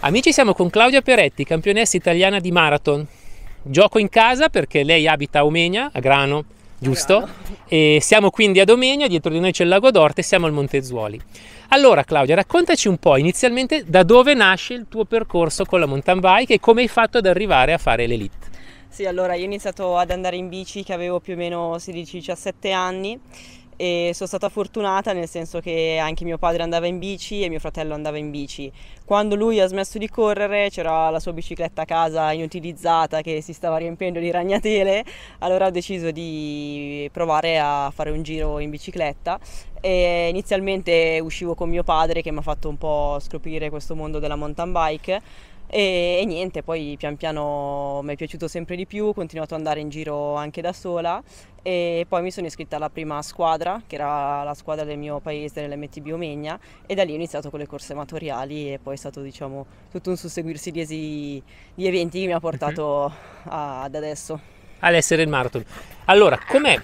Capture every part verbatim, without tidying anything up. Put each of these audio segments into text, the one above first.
Amici, siamo con Claudia Peretti, campionessa italiana di marathon. Gioco in casa perché lei abita a Omegna, a Grano, giusto? A Grano. E siamo quindi ad Omegna, dietro di noi c'è il Lago d'Orte e siamo al Montezzuoli. Allora Claudia, raccontaci un po' inizialmente da dove nasce il tuo percorso con la mountain bike e come hai fatto ad arrivare a fare l'Elite. Sì, allora io ho iniziato ad andare in bici che avevo più o meno sedici diciassette anni e sono stata fortunata nel senso che anche mio padre andava in bici e mio fratello andava in bici. Quando lui ha smesso di correre c'era la sua bicicletta a casa inutilizzata che si stava riempiendo di ragnatele, allora ho deciso di provare a fare un giro in bicicletta e inizialmente uscivo con mio padre che mi ha fatto un po' scoprire questo mondo della mountain bike. E, e niente, poi pian piano mi è piaciuto sempre di più, ho continuato ad andare in giro anche da sola e poi mi sono iscritta alla prima squadra, che era la squadra del mio paese, dell'M T B Omegna, e da lì ho iniziato con le corse amatoriali e poi è stato, diciamo, tutto un susseguirsi di, esi, di eventi che mi ha portato uh-huh. a, ad adesso. All'essere il marathon. Allora, com'è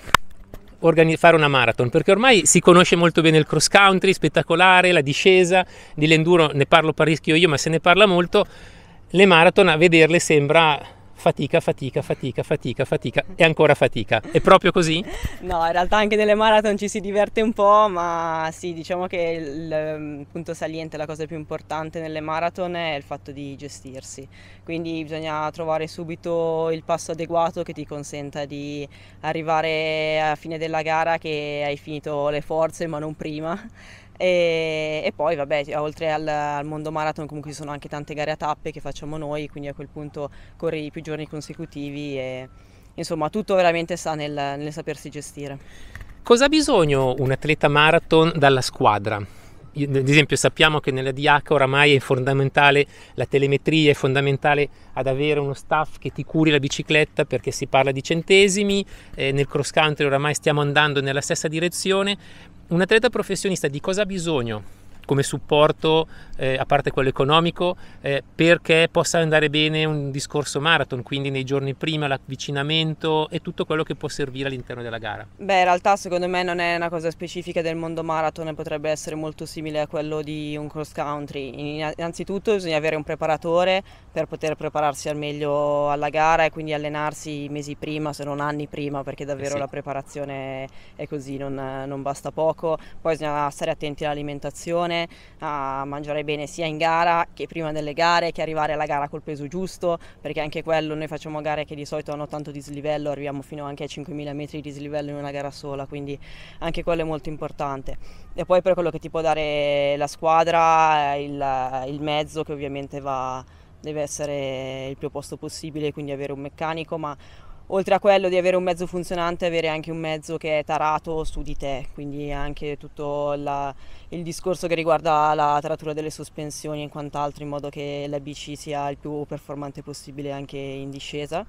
fare una marathon? Perché ormai si conosce molto bene il cross country, spettacolare, la discesa, di l'enduro ne parlo parecchio io, ma se ne parla molto. Le marathon a vederle sembra fatica, fatica, fatica, fatica, fatica e ancora fatica. È proprio così? No, in realtà anche nelle marathon ci si diverte un po', ma sì, diciamo che il punto saliente, la cosa più importante nelle marathon è il fatto di gestirsi. Quindi bisogna trovare subito il passo adeguato che ti consenta di arrivare alla fine della gara che hai finito le forze, ma non prima. E, e poi vabbè, oltre al, al mondo marathon comunque ci sono anche tante gare a tappe che facciamo noi, quindi a quel punto corri più giorni consecutivi e insomma tutto veramente sta nel, nel sapersi gestire. Cosa ha bisogno un atleta marathon dalla squadra? Ad esempio sappiamo che nella D H oramai è fondamentale la telemetria, è fondamentale ad avere uno staff che ti curi la bicicletta perché si parla di centesimi, eh, nel cross country oramai stiamo andando nella stessa direzione. Un atleta professionista di cosa ha bisogno come supporto, eh, a parte quello economico, eh, perché possa andare bene un discorso marathon, quindi nei giorni prima l'avvicinamento e tutto quello che può servire all'interno della gara? Beh, in realtà secondo me non è una cosa specifica del mondo marathon, potrebbe essere molto simile a quello di un cross country. Innanzitutto bisogna avere un preparatore per poter prepararsi al meglio alla gara e quindi allenarsi mesi prima, se non anni prima, perché davvero eh sì. La preparazione è così, non, non basta poco. Poi bisogna stare attenti all'alimentazione, a mangiare bene sia in gara che prima delle gare, che arrivare alla gara col peso giusto, perché anche quello, noi facciamo gare che di solito hanno tanto dislivello, arriviamo fino anche a cinquemila metri di dislivello in una gara sola, quindi anche quello è molto importante. E poi per quello che ti può dare la squadra, il, il mezzo che ovviamente va, deve essere il più a posto possibile, quindi avere un meccanico, ma oltre a quello di avere un mezzo funzionante, avere anche un mezzo che è tarato su di te, quindi anche tutto la, il discorso che riguarda la taratura delle sospensioni e quant'altro, in modo che la bici sia il più performante possibile anche in discesa.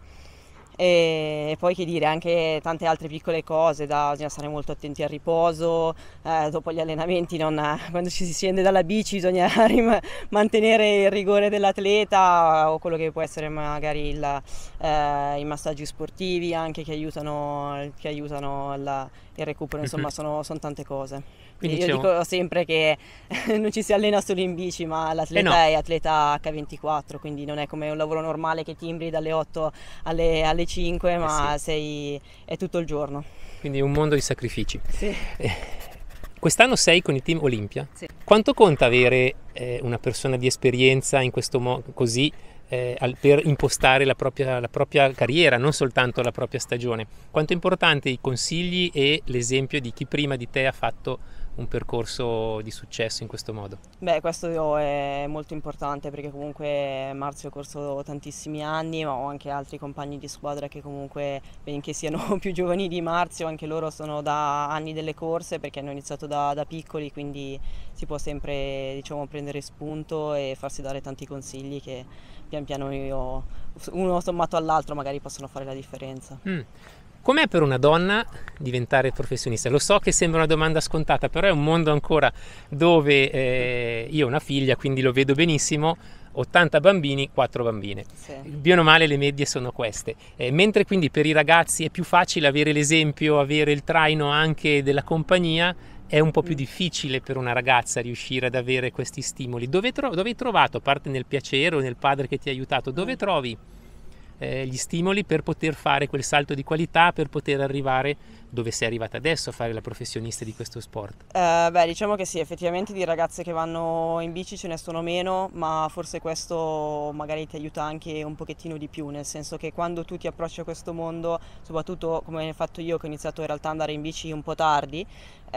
E poi che dire, anche tante altre piccole cose, da, bisogna stare molto attenti al riposo, eh, dopo gli allenamenti non, quando ci si scende dalla bici bisogna mantenere il rigore dell'atleta o quello che può essere magari il, eh, i massaggi sportivi anche che aiutano, che aiutano il, il recupero, insomma sono, sono tante cose. Quindi io dico sempre che non ci si allena solo in bici, ma l'atleta eh no. è atleta acca ventiquattro, quindi non è come un lavoro normale che timbri dalle otto alle, alle cinque, ma eh sì. sei, è tutto il giorno. Quindi è un mondo di sacrifici. Sì. Eh, quest'anno sei con il team Olimpia. Sì. Quanto conta avere eh, una persona di esperienza in questo modo così eh, per impostare la propria, la propria carriera, non soltanto la propria stagione? Quanto è importante i consigli e l'esempio di chi prima di te ha fatto un percorso di successo in questo modo? Beh, questo è molto importante perché comunque Marzio ha corso tantissimi anni, ma ho anche altri compagni di squadra che comunque, benché siano più giovani di Marzio, anche loro sono da anni delle corse perché hanno iniziato da, da piccoli, quindi si può sempre, diciamo, prendere spunto e farsi dare tanti consigli che pian piano io, uno sommato all'altro magari possono fare la differenza. Mm. Com'è per una donna diventare professionista? Lo so che sembra una domanda scontata, però è un mondo ancora dove eh, io ho una figlia, quindi lo vedo benissimo, ottanta bambini, quattro bambine. Sì. Bene o male le medie sono queste. Eh, mentre quindi per i ragazzi è più facile avere l'esempio, avere il traino anche della compagnia, è un po' più Mm. difficile per una ragazza riuscire ad avere questi stimoli. Dove, tro- dove hai trovato, a parte nel piacere o nel padre che ti ha aiutato, dove Mm. trovi eh, gli stimoli per poter fare quel salto di qualità, per poter arrivare dove sei arrivata adesso a fare la professionista di questo sport? Eh, beh, diciamo che sì, effettivamente di ragazze che vanno in bici ce ne sono meno, ma forse questo magari ti aiuta anche un pochettino di più, nel senso che quando tu ti approcci a questo mondo, soprattutto come ho fatto io che ho iniziato in realtà ad andare in bici un po' tardi,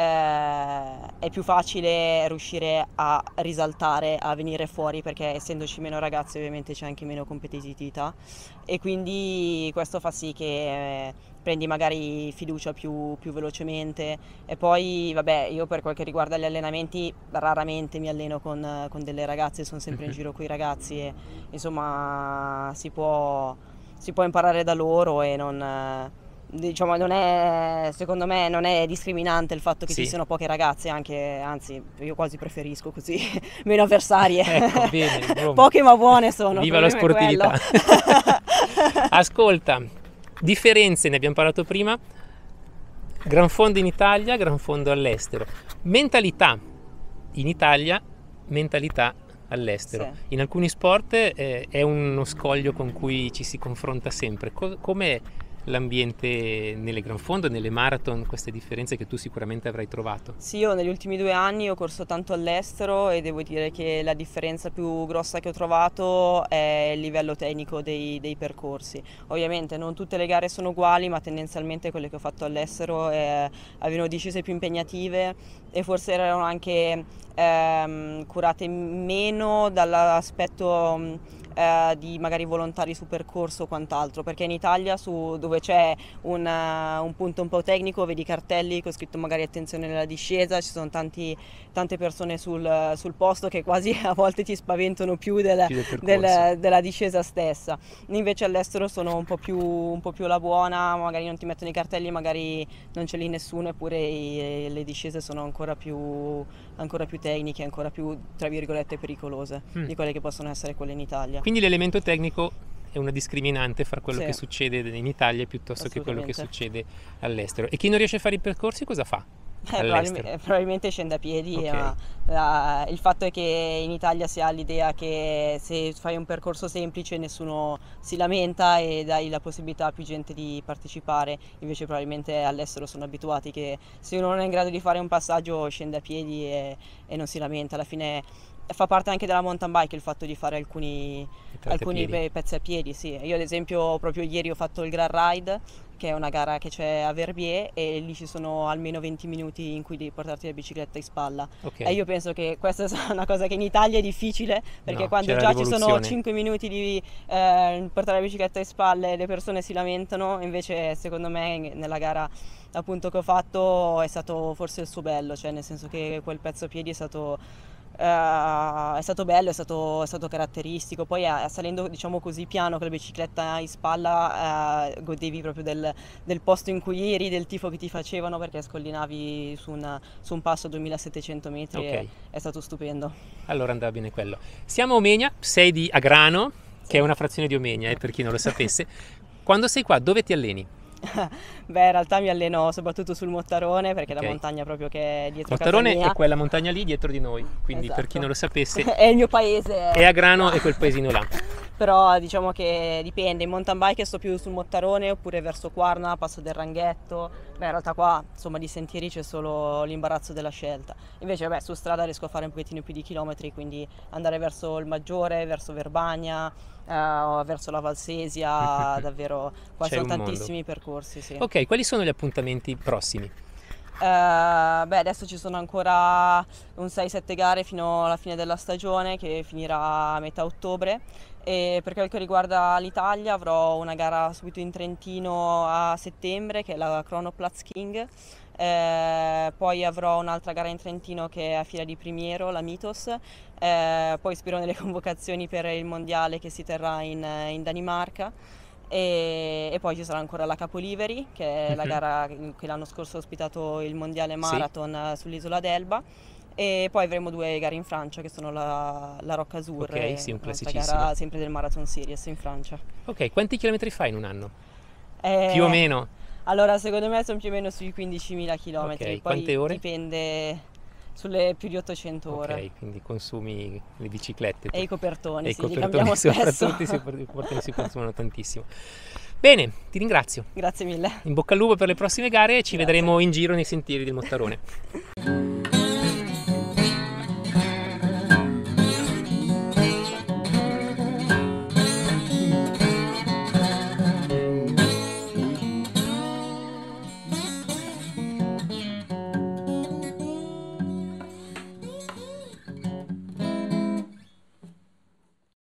eh, è più facile riuscire a risaltare, a venire fuori, perché essendoci meno ragazze ovviamente c'è anche meno competitività e quindi questo fa sì che eh, prendi magari fiducia più, più velocemente. E poi vabbè, io per quel che riguarda gli allenamenti raramente mi alleno con, con delle ragazze, sono sempre in Mhm. giro con i ragazzi e insomma si può, si può imparare da loro e non, eh, diciamo, non è, secondo me non è discriminante il fatto che ci Sì, siano poche ragazze, anche, anzi io quasi preferisco così, meno avversarie. ecco, bene, buon- Poche ma buone sono, il viva la problema è quello. sportività. Ascolta, differenze, ne abbiamo parlato prima, gran fondo in Italia, gran fondo all'estero. Mentalità in Italia, mentalità all'estero. Sì. In alcuni sport eh, è uno scoglio con cui ci si confronta sempre. Co- com'è l'ambiente nelle gran fondo, nelle marathon, queste differenze che tu sicuramente avrai trovato? Sì, io negli ultimi due anni ho corso tanto all'estero e devo dire che la differenza più grossa che ho trovato è il livello tecnico dei, dei percorsi. Ovviamente non tutte le gare sono uguali, ma tendenzialmente quelle che ho fatto all'estero eh, avevano discese più impegnative e forse erano anche ehm, curate meno dall'aspetto eh, di magari volontari su percorso o quant'altro, perché in Italia su, dove c'è un, uh, un punto un po' tecnico vedi cartelli con scritto magari attenzione nella discesa, ci sono tanti, tante persone sul, sul posto che quasi a volte ti spaventano più, del, Più del percorso. del, della discesa stessa. Invece all'estero sono un po' più, un po' più alla buona, magari non ti mettono i cartelli, magari non c'è lì nessuno, eppure i, le discese sono ancora più, ancora più tecniche, ancora più tra virgolette pericolose Mm. di quelle che possono essere quelle in Italia. Quindi l'elemento tecnico è una discriminante fra quello Sì. che succede in Italia piuttosto che quello che Assolutamente. succede all'estero. E chi non riesce a fare i percorsi cosa fa Eh, all'estero? probabilmente, probabilmente scende a piedi, Ok. ma la- il fatto è che in Italia si ha l'idea che se fai un percorso semplice nessuno si lamenta e dai la possibilità a più gente di partecipare, invece probabilmente all'estero sono abituati che se uno non è in grado di fare un passaggio scende a piedi e, e non si lamenta. Alla fine fa parte anche della mountain bike il fatto di fare alcuni, Tratti a alcuni piedi. pe- pezzi a piedi, sì. Io ad esempio proprio ieri ho fatto il Grand Ride, che è una gara che c'è a Verbier e lì ci sono almeno venti minuti in cui devi portarti la bicicletta in spalla. Ok. E io penso che questa è una cosa che in Italia è difficile, perché No, quando c'è la già ci sono rivoluzione. cinque minuti di eh, portare la bicicletta in spalle e le persone si lamentano, invece secondo me nella gara appunto che ho fatto è stato forse il suo bello, cioè nel senso che quel pezzo a piedi è stato Uh, è stato bello, è stato, è stato caratteristico. Poi uh, salendo diciamo così piano con la bicicletta in spalla uh, godevi proprio del, del posto in cui eri, del tifo che ti facevano, perché scollinavi su, una, su un passo a duemilasettecento metri. Ok. E è stato stupendo. Allora andava bene quello. Siamo a Omegna, sei di Agrano, che è una frazione di Omegna, eh, per chi non lo sapesse. Quando sei qua, dove ti alleni? Beh, in realtà mi alleno soprattutto sul Mottarone, perché Ok. è la montagna proprio che è dietro Mottarone casa mia. è quella montagna lì dietro di noi, quindi Esatto. per chi non lo sapesse, è il mio paese. è Agrano e quel paesino là. Però diciamo che dipende, in mountain bike sto più sul Mottarone oppure verso Quarna, Passo del Ranghetto. Beh, in realtà qua insomma di sentieri c'è solo l'imbarazzo della scelta. Invece vabbè, su strada riesco a fare un pochettino più di chilometri, quindi andare verso il Maggiore, verso Verbagna, eh, verso la Valsesia, davvero qua C'è sono un tantissimi percorsi, sì. Ok, quali sono gli appuntamenti prossimi? Eh, beh, adesso ci sono ancora un sei sette gare fino alla fine della stagione che finirà a metà ottobre. E per quel che riguarda l'Italia avrò una gara subito in Trentino a settembre che è la Chronoplatz King. Eh, poi avrò un'altra gara in Trentino che è a Fiera di Primiero, la Mythos. Eh, poi spero nelle convocazioni per il mondiale che si terrà in, in Danimarca. E, e poi ci sarà ancora la Capoliveri, che è la Mhm. gara che l'anno scorso ha ospitato il mondiale Sì. marathon eh, sull'isola d'Elba. E poi avremo due gare in Francia che sono la, la Rock Azur Ok, e sì, un un'altra classicissimo. gara sempre del Marathon Series in Francia. Ok, quanti chilometri fai in un anno? Eh, Più o meno? Allora, secondo me sono più o meno sui quindicimila chilometri, Ok, poi quante ore? dipende sulle più di ottocento ore. Ok, quindi consumi le biciclette. E i copertoni, E i sì, li copertoni cambiamo spesso. soprattutto, i copertoni si consumano tantissimo. Bene, ti ringrazio. Grazie mille. In bocca al lupo per le prossime gare e ci Grazie. vedremo in giro nei sentieri del Mottarone.